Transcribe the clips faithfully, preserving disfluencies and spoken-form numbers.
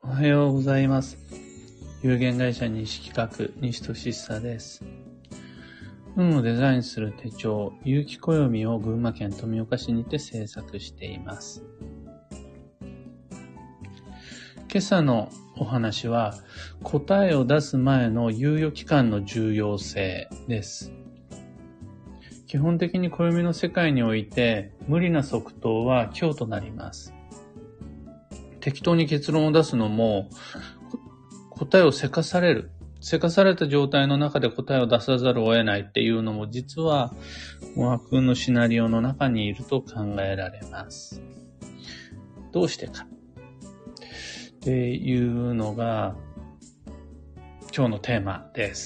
おはようございます。有限会社西企画、西俊久です。運をデザインする手帳、有機暦を群馬県富岡市にて制作しています。今朝のお話は、答えを出す前の猶予期間の重要性です。基本的に暦の世界において、無理な即答は凶となります。適当に結論を出すのも、答えをせかされる。せかされた状態の中で答えを出さざるを得ないっていうのも、実は、モア君のシナリオの中にいると考えられます。どうしてかっていうのが、今日のテーマです。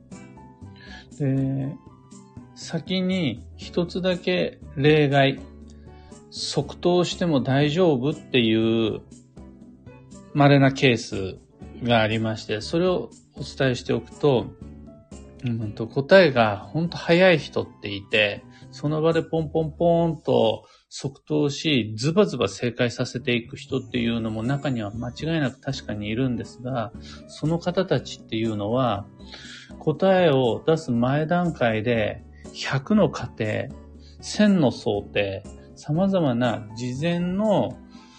で、先に一つだけ例外。即答しても大丈夫っていう稀なケースがありまして、それをお伝えしておくと、うんと答えが本当早い人っていて、その場でポンポンポンと即答し、ズバズバ正解させていく人っていうのも中には間違いなく確かにいるんですが、その方たちっていうのは、答えを出す前段階でひゃくの仮定、せんの想定、様々な事前の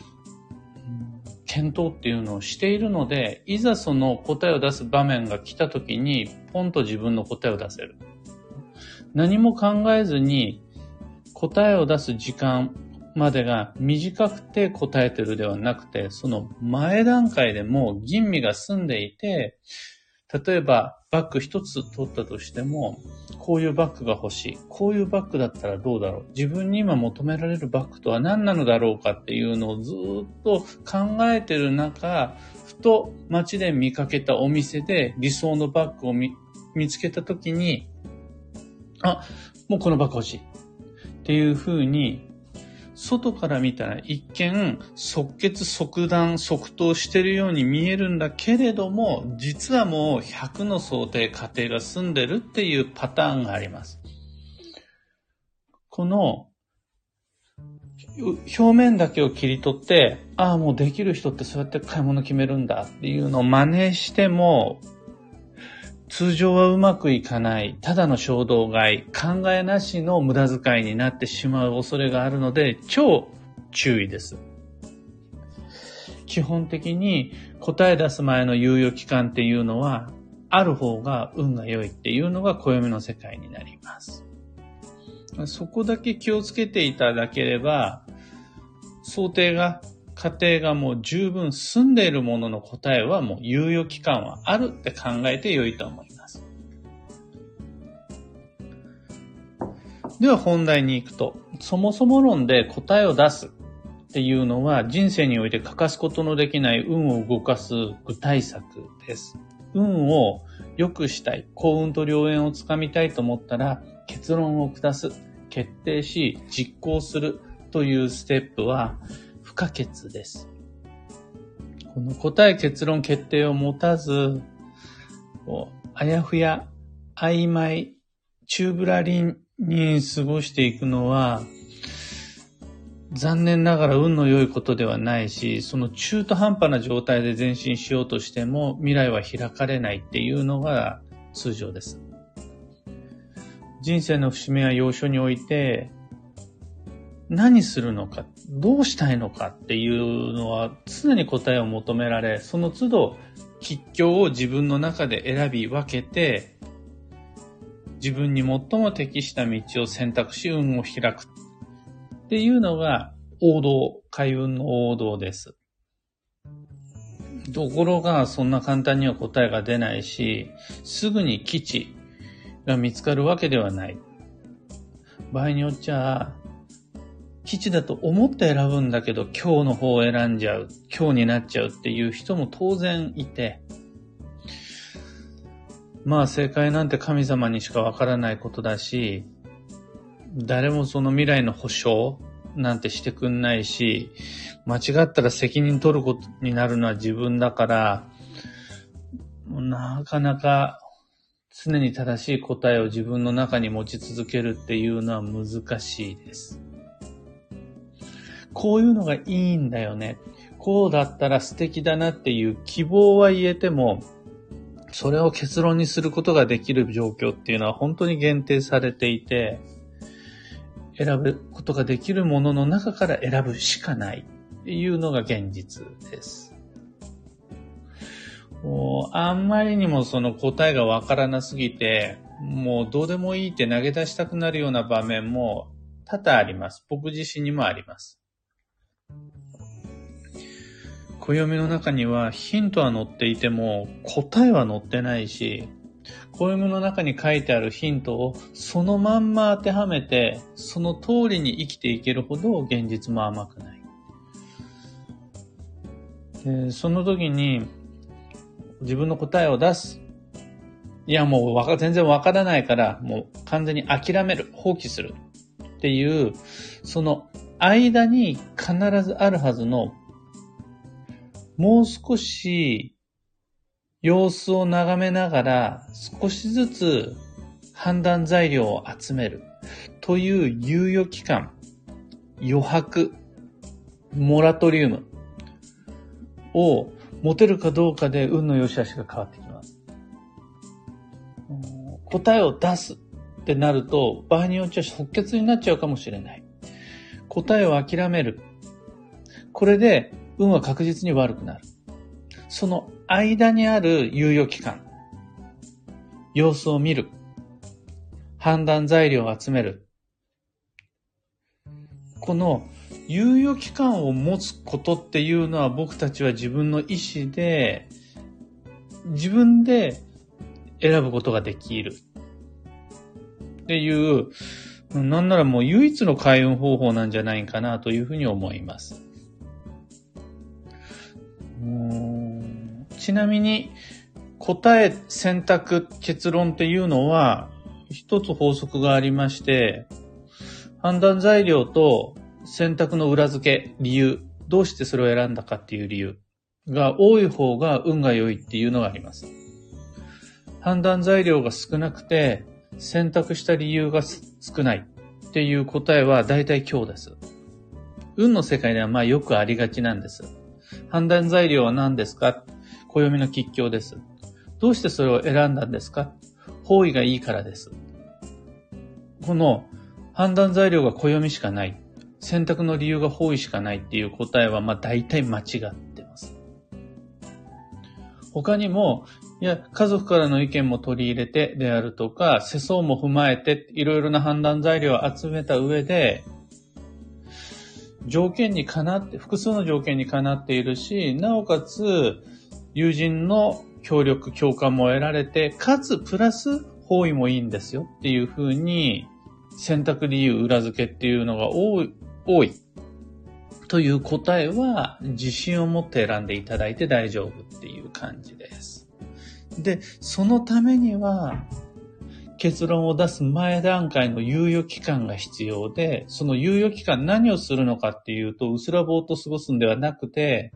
検討っていうのをしているので、いざその答えを出す場面が来た時に、ポンと自分の答えを出せる。何も考えずに答えを出す時間までが短くて答えてるではなくて、その前段階でも吟味が済んでいて、例えばバッグ一つ取ったとしても、こういうバッグが欲しい。こういうバッグだったらどうだろう。自分に今求められるバッグとは何なのだろうかっていうのをずっと考えてる中、ふと街で見かけたお店で理想のバッグを 見, 見つけたときに、あ、もうこのバッグ欲しい。っていう風に、外から見たら一見即決即断即答してるように見えるんだけれども、実はもうひゃくの想定仮定が済んでるっていうパターンがあります。この表面だけを切り取って、ああもうできる人ってそうやって買い物決めるんだっていうのを真似しても、通常はうまくいかない、ただの衝動買い、考えなしの無駄遣いになってしまう恐れがあるので、超注意です。基本的に答え出す前の猶予期間っていうのは、ある方が運が良いっていうのが暦の世界になります。そこだけ気をつけていただければ、想定が過程がもう十分済んでいるものの答えはもう猶予期間はあるって考えて良いと思います。では本題に行くと、そもそも論で答えを出すっていうのは人生において欠かすことのできない運を動かす具体策です。運を良くしたい、幸運と良縁をつかみたいと思ったら結論を下す、決定し実行するというステップは不可欠です。この答え結論決定を持たず、あやふや曖昧宙ぶらりんに過ごしていくのは残念ながら運の良いことではないし、その中途半端な状態で前進しようとしても未来は開かれないっていうのが通常です。人生の節目や要所において何するのか、どうしたいのかっていうのは常に答えを求められ、その都度吉凶を自分の中で選び分けて、自分に最も適した道を選択し運を開くっていうのが王道、開運の王道です。ところがそんな簡単には答えが出ないし、すぐに吉が見つかるわけではない。場合によっちゃ吉だと思って選ぶんだけど今日の方を選んじゃう、今日になっちゃうっていう人も当然いて、まあ正解なんて神様にしかわからないことだし、誰もその未来の保証なんてしてくんないし、間違ったら責任取ることになるのは自分だから、なかなか常に正しい答えを自分の中に持ち続けるっていうのは難しいです。こういうのがいいんだよね。 こうだったら素敵だなっていう希望は言えても、それを結論にすることができる状況っていうのは本当に限定されていて、選ぶことができるものの中から選ぶしかないっていうのが現実です。もうあんまりにもその答えがわからなすぎて、もうどうでもいいって投げ出したくなるような場面も多々あります。僕自身にもあります。暦の中にはヒントは載っていても答えは載ってないし、暦の中に書いてあるヒントをそのまんま当てはめて、その通りに生きていけるほど現実も甘くない。で、その時に自分の答えを出す。いやもうわか全然わからないからもう完全に諦める、放棄するっていう、その間に必ずあるはずのもう少し様子を眺めながら少しずつ判断材料を集めるという猶予期間、余白、モラトリウムを持てるかどうかで運の良し悪しが変わってきます。答えを出すってなると場合によっては即決になっちゃうかもしれない。答えを諦める。これで運は確実に悪くなる。その間にある猶予期間、様子を見る、判断材料を集める。この猶予期間を持つことっていうのは僕たちは自分の意思で、自分で選ぶことができる。っていう、なんならもう唯一の開運方法なんじゃないかなというふうに思います。うーんちなみに答え、選択、結論っていうのは一つ法則がありまして、判断材料と選択の裏付け、理由、どうしてそれを選んだかっていう理由が多い方が運が良いっていうのがあります。判断材料が少なくて選択した理由が少ないっていう答えは大体強です。運の世界ではまあよくありがちなんです。判断材料は何ですか？暦の吉凶です。どうしてそれを選んだんですか？方位がいいからです。この判断材料が暦しかない、選択の理由が方位しかないっていう答えはまあ大体間違ってます。他にも、いや、家族からの意見も取り入れてであるとか、世相も踏まえていろいろな判断材料を集めた上で、条件にかなって、複数の条件にかなっているし、なおかつ友人の協力、共感も得られて、かつプラス方位もいいんですよっていう風に選択理由、裏付けっていうのが多い、多いという答えは自信を持って選んでいただいて大丈夫っていう感じです。で、そのためには結論を出す前段階の猶予期間が必要で、その猶予期間何をするのかっていうと、うすらぼーっと過ごすんではなくて、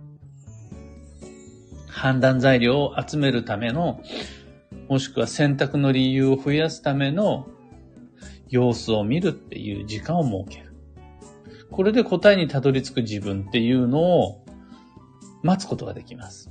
判断材料を集めるための、もしくは選択の理由を増やすための様子を見るっていう時間を設ける。これで答えにたどり着く自分っていうのを待つことができます。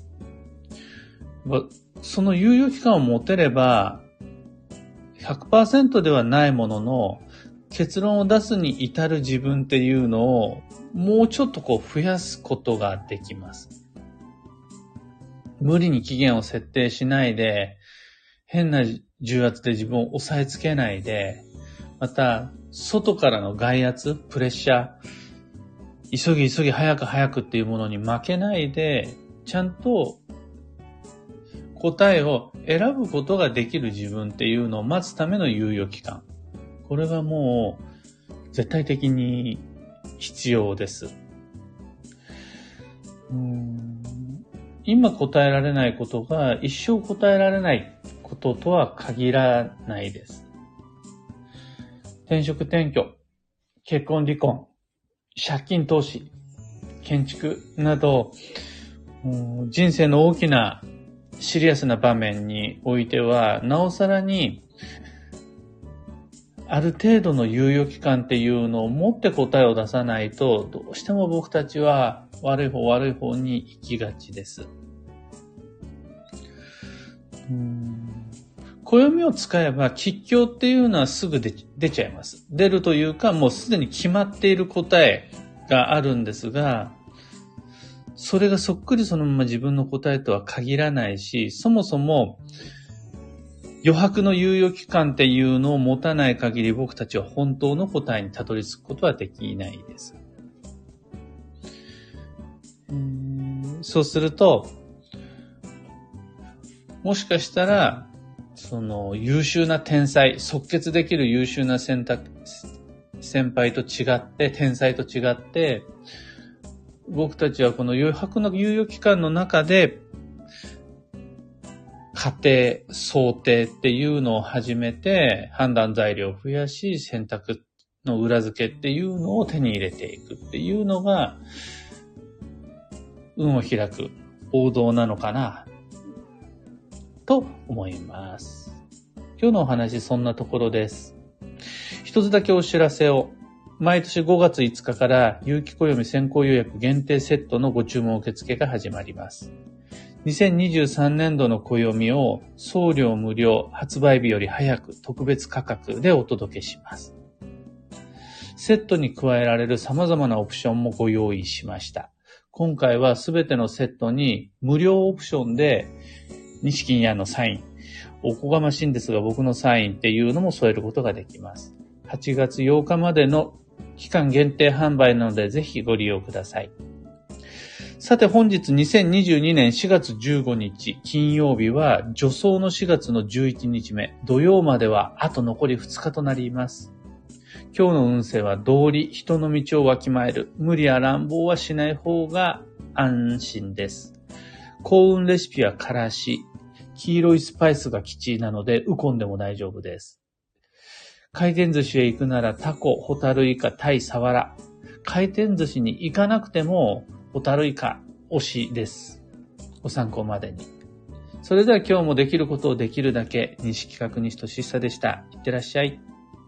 その猶予期間を持てれば、ひゃくパーセント ではないものの、結論を出すに至る自分っていうのをもうちょっとこう増やすことができます。無理に期限を設定しないで、変な重圧で自分を押さえつけないで、また外からの外圧、プレッシャー、急ぎ急ぎ早く早くっていうものに負けないで、ちゃんと答えを選ぶことができる自分っていうのを待つための猶予期間。これがもう絶対的に必要です。うーん今答えられないことが一生答えられないこととは限らないです。転職転居、結婚離婚、借金投資、建築など、人生の大きなシリアスな場面においては、なおさらにある程度の猶予期間っていうのを持って答えを出さないと、どうしても僕たちは悪い方悪い方に行きがちです。うーん暦を使えば吉凶っていうのはすぐ出、出ちゃいます。出るというか、もうすでに決まっている答えがあるんですが、それがそっくりそのまま自分の答えとは限らないし、そもそも余白の猶予期間っていうのを持たない限り僕たちは本当の答えにたどり着くことはできないです。うーんそうすると、もしかしたら、その優秀な天才、即決できる優秀な選択、先輩と違って、天才と違って、僕たちはこの余白の猶予期間の中で、仮定、想定っていうのを始めて、判断材料を増やし、選択の裏付けっていうのを手に入れていくっていうのが、運を開く王道なのかな、と思います。今日のお話そんなところです。一つだけお知らせを。毎年ごがついつかから有機暦先行予約限定セットのご注文受付が始まります。にせんにじゅうさんねんどの暦を送料無料、発売日より早く特別価格でお届けします。セットに加えられる様々なオプションもご用意しました。今回はすべてのセットに無料オプションで西金屋のサイン、おこがましいんですが僕のサインっていうのも添えることができます。はちがつようかまでの期間限定販売なのでぜひご利用ください。さて本日にせんにじゅうにねんしがつじゅうごにち金曜日は助走のしがつのじゅういちにちめ、土曜まではあと残りふつかとなります。今日の運勢は道理、人の道をわきまえる、無理や乱暴はしない方が安心です。幸運レシピはからし、黄色いスパイスが吉なのでウコンでも大丈夫です。回転寿司へ行くならタコ、ホタルイカ、タイ、サワラ。回転寿司に行かなくてもホタルイカ推しです。ご参考までに。それでは今日もできることをできるだけ、西企画西俊久でした。いってらっしゃい。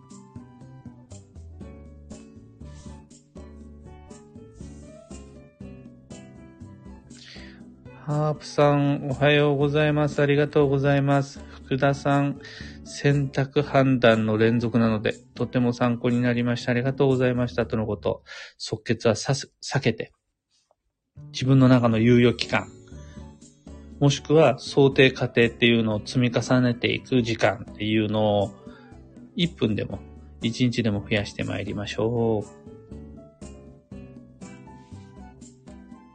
ハープさん、おはようございます。ありがとうございます。福田さん、選択判断の連続なので、とても参考になりました。ありがとうございました。とのこと。即決はさす避けて、自分の中の猶予期間、もしくは想定過程っていうのを積み重ねていく時間っていうのを、いっぷんでもいちにちでも増やしてまいりましょう。